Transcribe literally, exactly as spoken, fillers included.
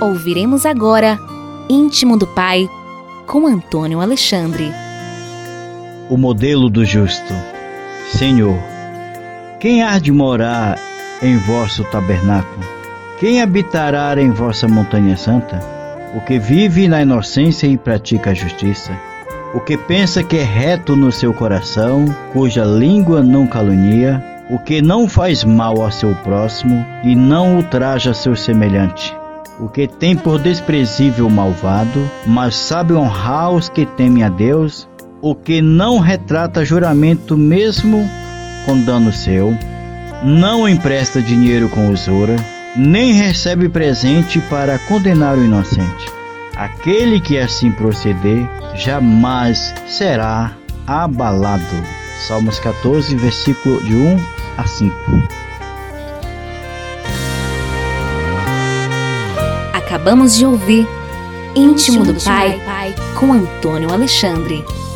Ouviremos agora Íntimo do Pai, com Antônio Alexandre. O modelo do justo. Senhor, quem há de morar em vosso tabernáculo? Quem habitará em vossa montanha santa? O que vive na inocência e pratica a justiça, o que pensa que é reto no seu coração, cuja língua não calunia, o que não faz mal ao seu próximo e não ultraja seu semelhante, o que tem por desprezível o malvado, mas sabe honrar os que temem a Deus, o que não retrata juramento mesmo com dano seu, não empresta dinheiro com usura, nem recebe presente para condenar o inocente. Aquele que assim proceder jamais será abalado. Salmos catorze, versículo de um a cinco. Acabamos de ouvir Íntimo do Pai, com Antônio Alexandre.